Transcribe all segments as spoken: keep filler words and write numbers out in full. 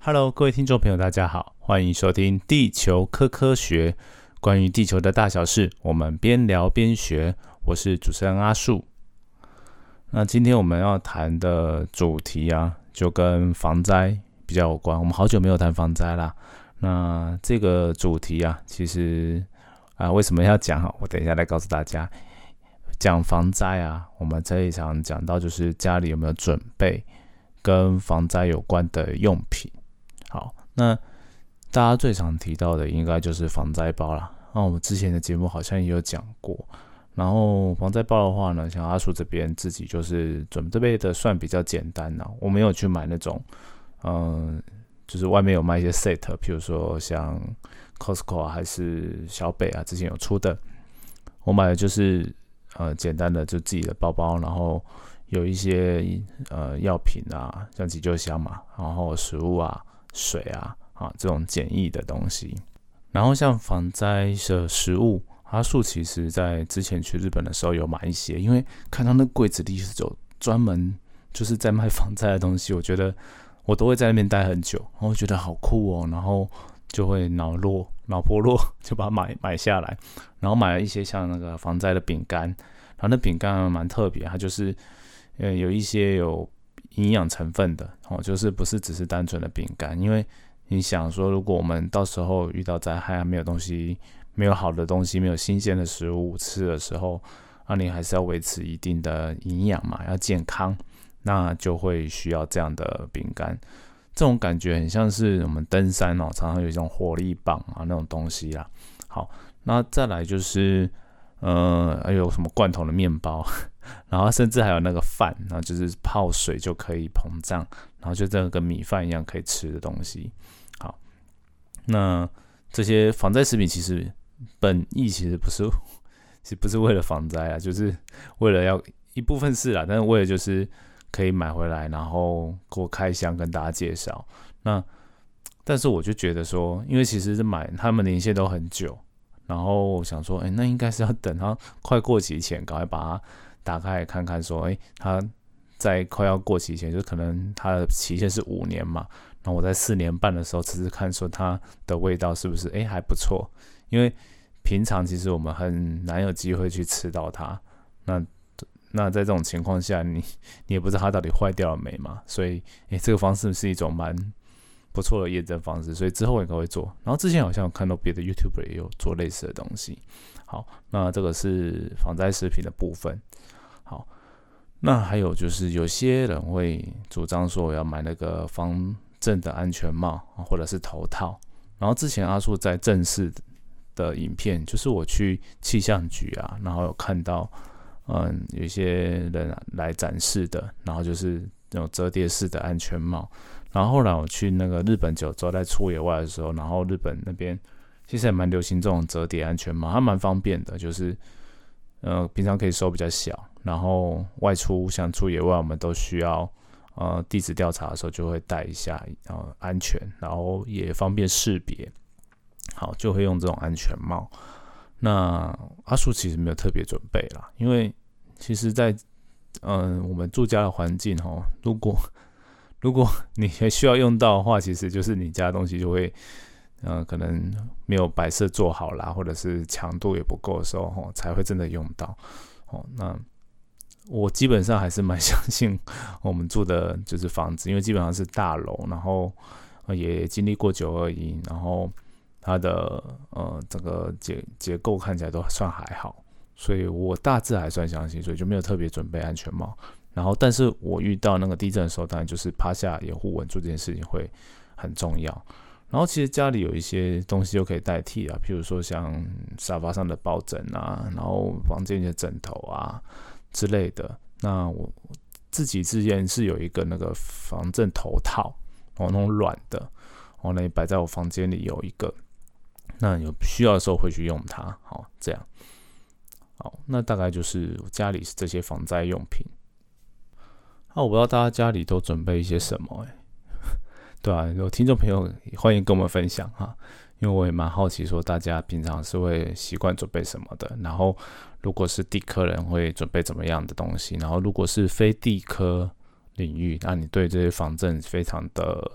Hello， 各位听众朋友，大家好，欢迎收听地球科科学，关于地球的大小事，我们边聊边学。我是主持人阿树。那今天我们要谈的主题啊，就跟防灾比较有关。我们好久没有谈防灾啦。那这个主题啊，其实啊，为什么要讲啊？我等一下来告诉大家。讲防灾啊，我们这一场讲到就是家里有没有准备跟防灾有关的用品。好，那大家最常提到的应该就是防灾包啦。那我们之前的节目好像也有讲过。然后防灾包的话呢，像阿叔这边自己就是准备的算比较简单啦。我没有去买那种，嗯，就是外面有卖一些 set， 譬如说像 Costco 啊，还是小北啊，之前有出的。我买的就是呃简单的就自己的包包，然后有一些呃药品啊，像急救箱嘛，然后食物啊、水啊啊这种简易的东西。然后像防灾的食物。阿树其实在之前去日本的时候有买一些，因为看到那柜子里是有专门就是在卖防灾的东西，我觉得我都会在那边待很久，然后觉得好酷哦，然后就会脑落脑波落，就把它买买下来，然后买了一些像那个防灾的饼干，然后那饼干蛮特别，它就是呃有一些有营养成分的哦，就是不是只是单纯的饼干，因为你想说，如果我们到时候遇到灾害，没有东西。没有好的东西，没有新鲜的食物吃的时候，那你还是要维持一定的营养嘛，要健康，那就会需要这样的饼干。这种感觉很像是我们登山哦，常常有一种火力棒啊那种东西啦。好，那再来就是，呃，还有什么罐头的面包，然后甚至还有那个饭，然后就是泡水就可以膨胀，然后就这个跟米饭一样可以吃的东西。好，那这些防灾食品其实。本意其实不是，其实不是为了防灾啊，就是为了要一部分是啦，但是为了就是可以买回来，然后给我开箱跟大家介绍。那但是我就觉得说，因为其实是买他们年限都很久，然后我想说，哎、欸，那应该是要等它快过期前，赶快把它打开来看看，说，哎、欸，它在快要过期前，就可能它的期限是五年嘛，然后我在四年半的时候吃吃看，说它的味道是不是哎、欸、还不错，因为。平常其实我们很难有机会去吃到它，那那在这种情况下，你你也不知道它到底坏掉了没嘛，所以诶这个方式是一种蛮不错的验证方式，所以之后应该会做。然后之前好像有看到别的 YouTuber 也有做类似的东西。好，那这个是防灾食品的部分。好，那还有就是有些人会主张说我要买那个防震的安全帽或者是头套，然后之前阿树在正式的影片，就是我去气象局啊，然后有看到，嗯，有一些人来展示的，然后就是那种折叠式的安全帽。然后后来我去那个日本九州在出野外的时候，然后日本那边其实也蛮流行这种折叠安全帽，它蛮方便的，就是呃平常可以收比较小，然后外出像出野外我们都需要呃地质调查的时候就会戴一下，然后安全，然后也方便识别。好，就会用这种安全帽。那阿树其实没有特别准备啦，因为其实在，嗯、呃，我们住家的环境哦，如果如果你需要用到的话，其实就是你家的东西就会，呃，可能没有摆设做好啦，或者是强度也不够的时候，哦，才会真的用到。哦，那我基本上还是蛮相信我们住的就是房子，因为基本上是大楼，然后也经历过九二一，然后。它的呃整个结结构看起来都算还好，所以我大致还算相信，所以就没有特别准备安全帽。然后，但是我遇到那个地震的时候，当然就是趴下掩护稳住这件事情会很重要。然后，其实家里有一些东西就可以代替啊，譬如说像沙发上的抱枕啊，然后房间里的枕头啊之类的。那我自己之前是有一个那个防震头套，哦，那种软的，哦，那摆在我房间里有一个。那有需要的时候会去用它，好，这样，好，那大概就是家里是这些防灾用品。那我不知道大家家里都准备一些什么、欸，对啊，有听众朋友欢迎跟我们分享哈，因为我也蛮好奇说大家平常是会习惯准备什么的，然后如果是地科人会准备怎么样的东西，然后如果是非地科领域，那你对这些防震非常的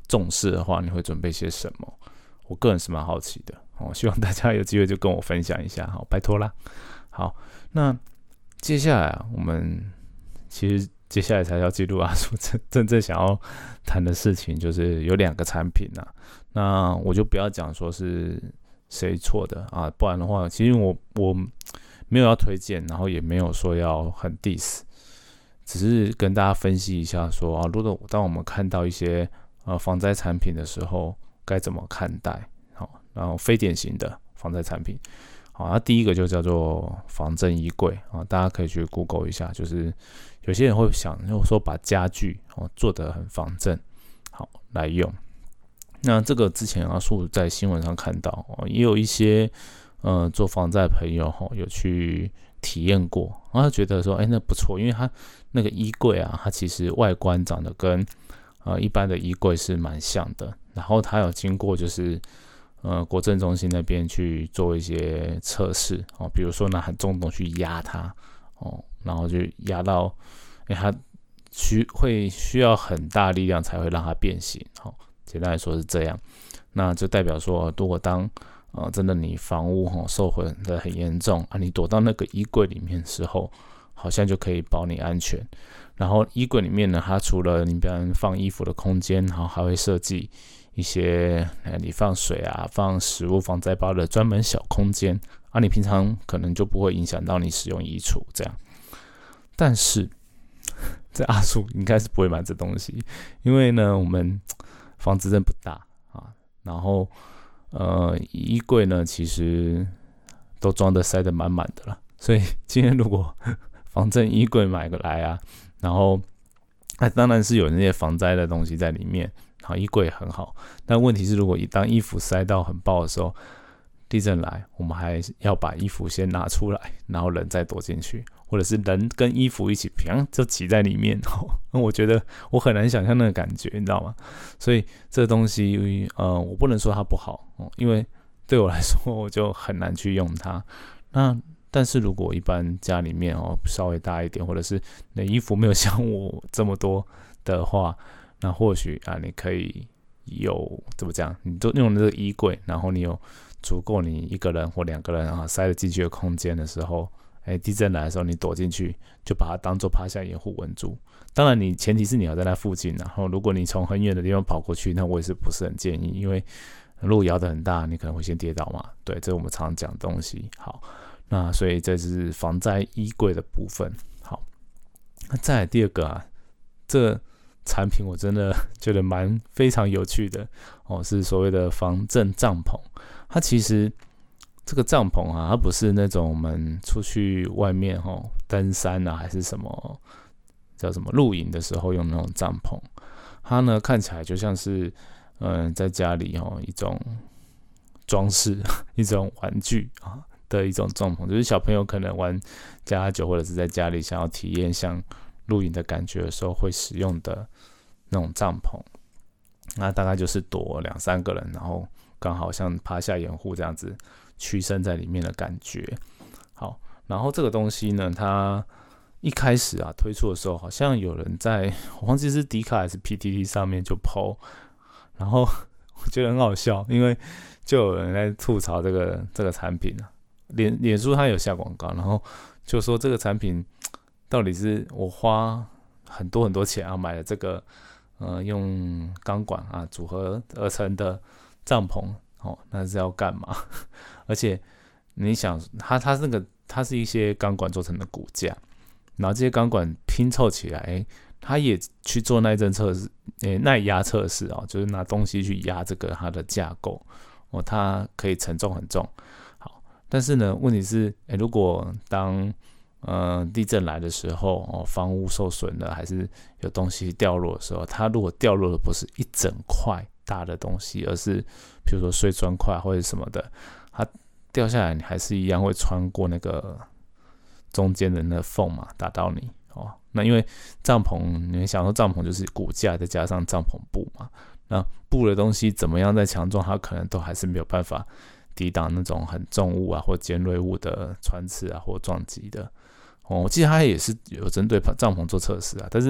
重视的话，你会准备些什么？我个人是蛮好奇的哦，希望大家有机会就跟我分享一下，好，拜托啦。好，那接下来啊，我们其实接下来才要进入阿叔真正想要谈的事情，就是有两个产品啊。那我就不要讲说是谁错的啊，不然的话，其实我我没有要推荐，然后也没有说要很 diss， 只是跟大家分析一下说啊，如果当我们看到一些呃防灾产品的时候，该怎么看待？好，然后非典型的防灾产品。好，那第一个就叫做防震衣柜啊，大家可以去 Google 一下，就是有些人会想，就是说把家具哦做得很防震，好来用。那这个之前阿树在新闻上看到哦，也有一些呃做防灾的朋友哦有去体验过，然后他觉得说，哎，那不错，因为它那个衣柜啊，它其实外观长得跟呃一般的衣柜是蛮像的，然后它有经过就是。呃，国政中心那边去做一些测试哦，比如说拿很重的东西去压它哦，然后就压到，哎，它需会需要很大力量才会让它变形。哦，简单来说是这样，那就代表说，如果当呃真的你房屋哦受毁的很严重啊，你躲到那个衣柜里面的时候，好像就可以保你安全。然后衣柜里面呢，它除了你比方放衣服的空间，然后还会设计。一些你放水啊、放食物、防灾包的专门小空间啊，你平常可能就不会影响到你使用衣橱这样。但是这阿叔应该是不会买这东西，因为呢，我们房子真不大啊，然后呃衣柜呢其实都装的塞得满满的了，所以今天如果防震衣柜买过来啊，然后那当然是有那些防灾的东西在里面。好，衣柜很好，但问题是，如果一当衣服塞到很爆的时候，地震来，我们还要把衣服先拿出来，然后人再躲进去，或者是人跟衣服一起砰就挤在里面。那我觉得我很难想象那个感觉，你知道吗？所以这个东西，呃，我不能说它不好，因为对我来说，我就很难去用它。那但是如果一般家里面哦稍微大一点，或者是你的衣服没有像我这么多的话。那或许啊，你可以有怎么讲？你都用这个衣柜，然后你有足够你一个人或两个人啊塞得进去的空间的时候，哎，地震来的时候你躲进去，就把它当做趴下掩护稳住。当然，你前提是你要在那附近，然后如果你从很远的地方跑过去，那我也是不是很建议，因为如果摇得很大，你可能会先跌倒嘛。对，这是我们常常讲的东西。好，那所以这是防灾衣柜的部分。好，那再来第二个啊，这产品我真的觉得蛮非常有趣的哦，是所谓的防震帐篷。它其实这个帐篷啊，它不是那种我们出去外面哦登山啊，还是什么叫什么露营的时候用那种帐篷。它呢看起来就像是嗯、呃、在家里哦一种装饰、一种玩具啊的一种帐篷，就是小朋友可能玩加酒或者是在家里想要体验像。露营的感觉的时候会使用的那种帐篷，那大概就是躲两三个人，然后刚好像趴下掩护这样子屈身在里面的感觉。好，然后这个东西呢，它一开始啊推出的时候，好像有人在我忘记是迪卡还是 P T T 上面就 po， 然后我觉得很好笑，因为就有人在吐槽这个这个产品啊，脸脸书它有下广告，然后就说这个产品。到底是我花很多很多钱啊买了这个呃用钢管啊组合而成的帐篷哦，那是要干嘛？而且你想，它它那个它是一些钢管做成的骨架，然后这些钢管拼凑起来，欸、它也去做耐震测试、欸、耐压测试哦，就是拿东西去压这个它的架构哦，它可以承重很重。好，但是呢，问题是，欸、如果当呃，地震来的时候，哦，房屋受损了，还是有东西掉落的时候，它如果掉落的不是一整块大的东西，而是比如说碎砖块或者什么的，它掉下来，你还是一样会穿过那个中间的那个缝嘛，打到你哦。那因为帐篷，你想说帐篷就是骨架再加上帐篷布嘛，那布的东西怎么样再强壮，它可能都还是没有办法抵挡那种很重物啊或尖锐物的穿刺啊或撞击的。哦，我记得它也是有针对帐篷做测试啊，但是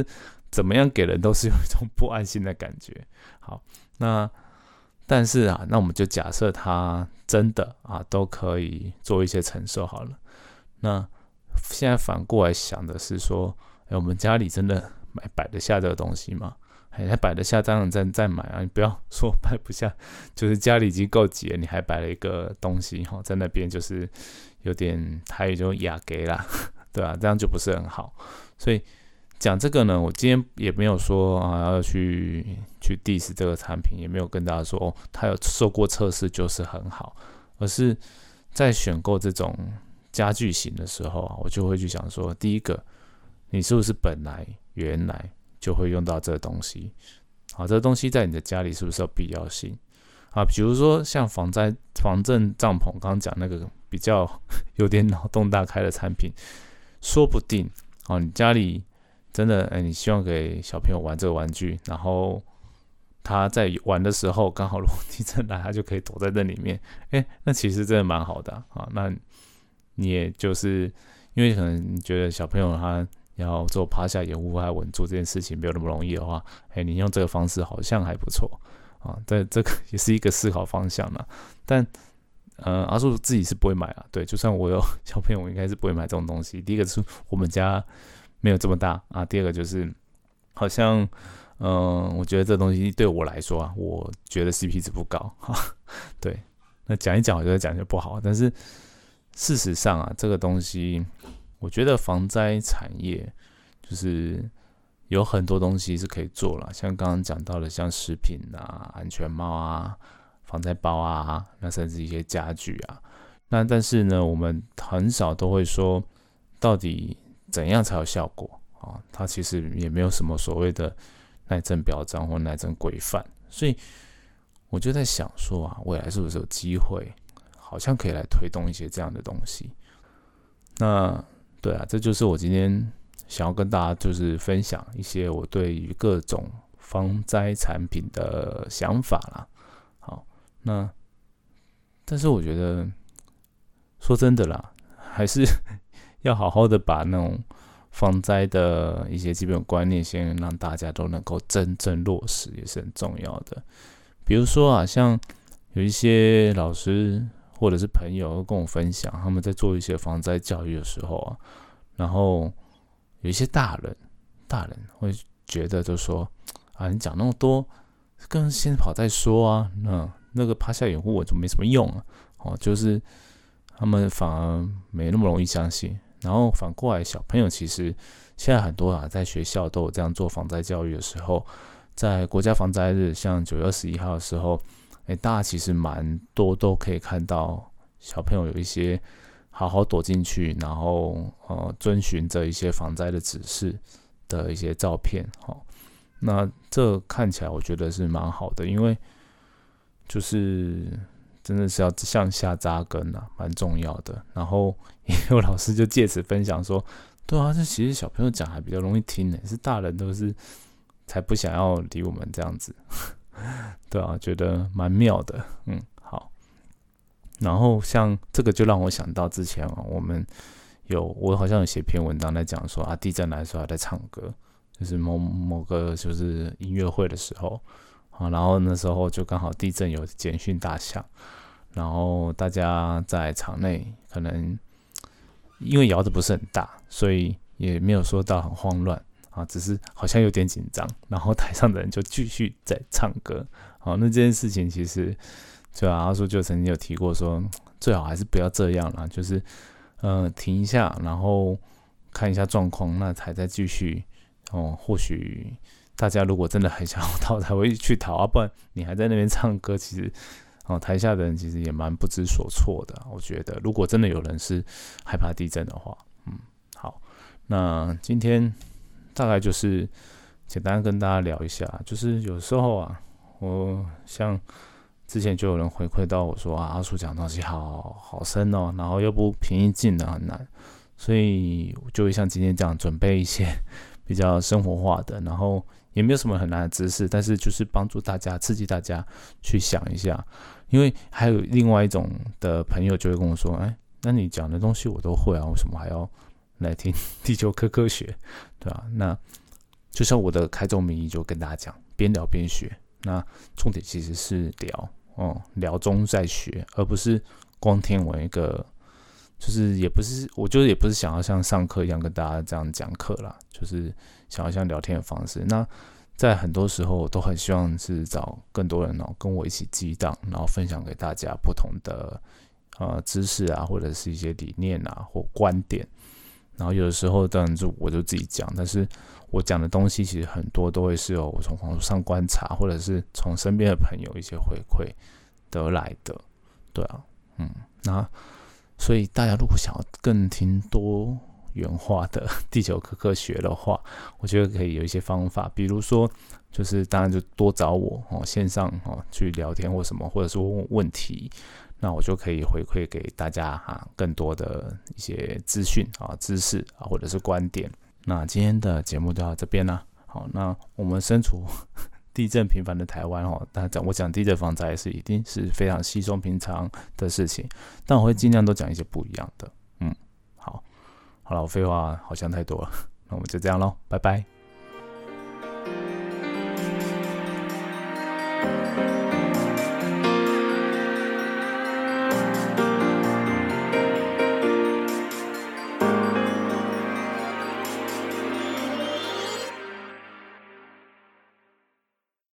怎么样给人都是有一种不安心的感觉。好，那但是啊，那我们就假设他真的啊都可以做一些承受好了。那现在反过来想的是说，欸、我们家里真的买摆得下这个东西吗？还、欸、摆得下，当然再再买啊！你不要说摆不下，就是家里已经够挤了，你还摆了一个东西哈，在那边就是有点台语就雅给啦，对啊，这样就不是很好。所以讲这个呢，我今天也没有说啊要去去 diss 这个产品，也没有跟大家说哦，它有受过测试就是很好，而是在选购这种家具型的时候啊，我就会去想说，第一个，你是不是本来原来就会用到这个东西？好，这个东西在你的家里是不是有必要性？啊，比如说像防灾防震帐篷，刚刚讲那个比较有点脑洞大开的产品，说不定哦，你家里真的，哎，你希望给小朋友玩这个玩具，然后他在玩的时候，刚好如果地震来，他就可以躲在那里面，哎，那其实真的蛮好的啊。啊那你也就是因为可能你觉得小朋友他要做趴下掩护还稳住这件事情没有那么容易的话，哎，你用这个方式好像还不错啊。这这个也是一个思考方向啦。但呃，阿树自己是不会买啊。对，就算我有小朋友，我应该是不会买这种东西。第一个是我们家没有这么大啊，第二个就是好像嗯、呃，我觉得这东西对我来说啊，我觉得 C P 值不高哈。对，那讲一讲我觉得讲就不好，但是事实上啊，这个东西。我觉得防灾产业就是有很多东西是可以做啦，像刚刚讲到的，像食品啊、安全帽啊、防灾包啊，那甚至一些家具啊。那但是呢，我们很少都会说到底怎样才有效果啊？它其实也没有什么所谓的耐震表彰或耐震规范，所以我就在想说啊，未来是不是有机会，好像可以来推动一些这样的东西？那对啊，这就是我今天想要跟大家就是分享一些我对于各种防灾产品的想法啦。好，那但是我觉得说真的啦，还是要好好的把那种防灾的一些基本观念先让大家都能够真正落实，也是很重要的。比如说啊，像有一些老师或者是朋友跟我分享，他们在做一些防灾教育的时候啊，然后有一些大人，大人会觉得就说啊，你讲那么多，跟先跑再说啊，那那个趴下掩护我就没什么用啊，哦，就是他们反而没那么容易相信。然后反过来，小朋友其实现在很多啊，在学校都有这样做防灾教育的时候，在国家防灾日，像九月二十一号的时候。欸、大家其实蛮多都可以看到小朋友有一些好好躲进去，然后呃遵循着一些防灾的指示的一些照片、哦、那这看起来我觉得是蛮好的，因为就是真的是要向下扎根啊，蛮重要的。然后也有老师就借此分享说，对啊，这其实小朋友讲还比较容易听呢，是大人都是才不想要理我们这样子。对啊，觉得蛮妙的，嗯，好。然后像这个就让我想到之前啊，我们有我好像有写篇文章在讲说啊，地震来的时候还在唱歌，就是某某个就是音乐会的时候啊，然后那时候就刚好地震有简讯大响，然后大家在场内可能因为摇的不是很大，所以也没有说到很慌乱。啊，只是好像有点紧张，然后台上的人就继续在唱歌。好，那这件事情其实，对啊，阿叔就曾经有提过说，最好还是不要这样啦，就是呃停一下，然后看一下状况，那才再继续。哦，或许大家如果真的很想要逃，才会去逃啊，不然你还在那边唱歌，其实哦台下的人其实也蛮不知所措的。我觉得，如果真的有人是害怕地震的话，嗯，好，那今天。大概就是简单跟大家聊一下，就是有时候啊，我像之前就有人回馈到我说啊，阿叔讲东西好好深哦，然后又不平易近人，很难，所以就会像今天这样准备一些比较生活化的，然后也没有什么很难的知识，但是就是帮助大家、刺激大家去想一下。因为还有另外一种的朋友就会跟我说，哎，那你讲的东西我都会啊，为什么还要来听地球科科学，对吧、啊？那就像我的开宗明义就跟大家讲，边聊边学。那重点其实是聊，哦，聊中在学，而不是光听我一个，就是也不是，我就是也不是想要像上课一样跟大家这样讲课啦，就是想要像聊天的方式。那在很多时候，我都很希望是找更多人哦，跟我一起激荡，然后分享给大家不同的呃知识啊，或者是一些理念啊或观点。然后有的时候当然就我就自己讲，但是我讲的东西其实很多都会是由我从网络上观察，或者是从身边的朋友一些回馈得来的，对啊，嗯，那所以大家如果想要更听多元化的地球科科学的话，我觉得可以有一些方法，比如说就是当然就多找我哦，线上哦去聊天或什么，或者是问问题。那我就可以回馈给大家哈更多的一些资讯啊、知识啊，或者是观点。那今天的节目就到这边啦。好，那我们身处地震频繁的台湾哦，但讲我讲地震防灾是一定是非常稀松平常的事情，但我会尽量都讲一些不一样的。嗯，好，好了，我废话好像太多了，那我们就这样咯，拜拜。